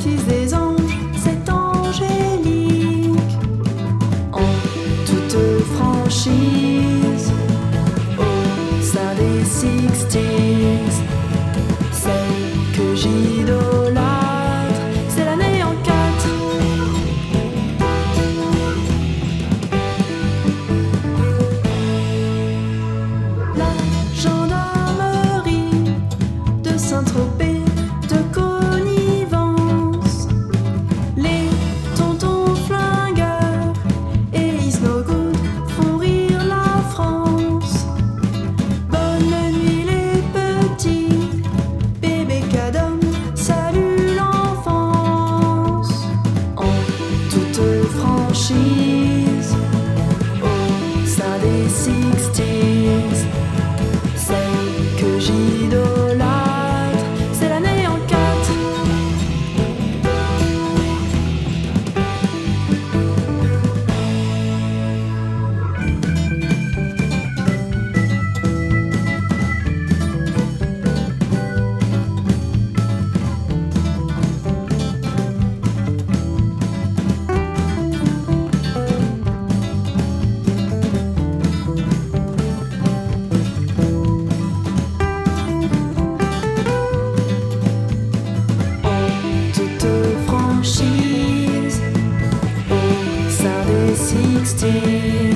baptise des anges, c'est angélique. En toute franchise, au sein des Sixties, celle que j'idolâtre, c'est l'année en 4. La gendarmerie de Saint-Tropez, de connivence, les tontons flingueurs et Is No Good font rire la France. Bonne nuit les petits, bébé cadom, salut l'enfance. En toute franchise, au sein des Sixties, celle que j'idolâtre, c'est l'année en 4. Toute franchise, au sein des Sixties.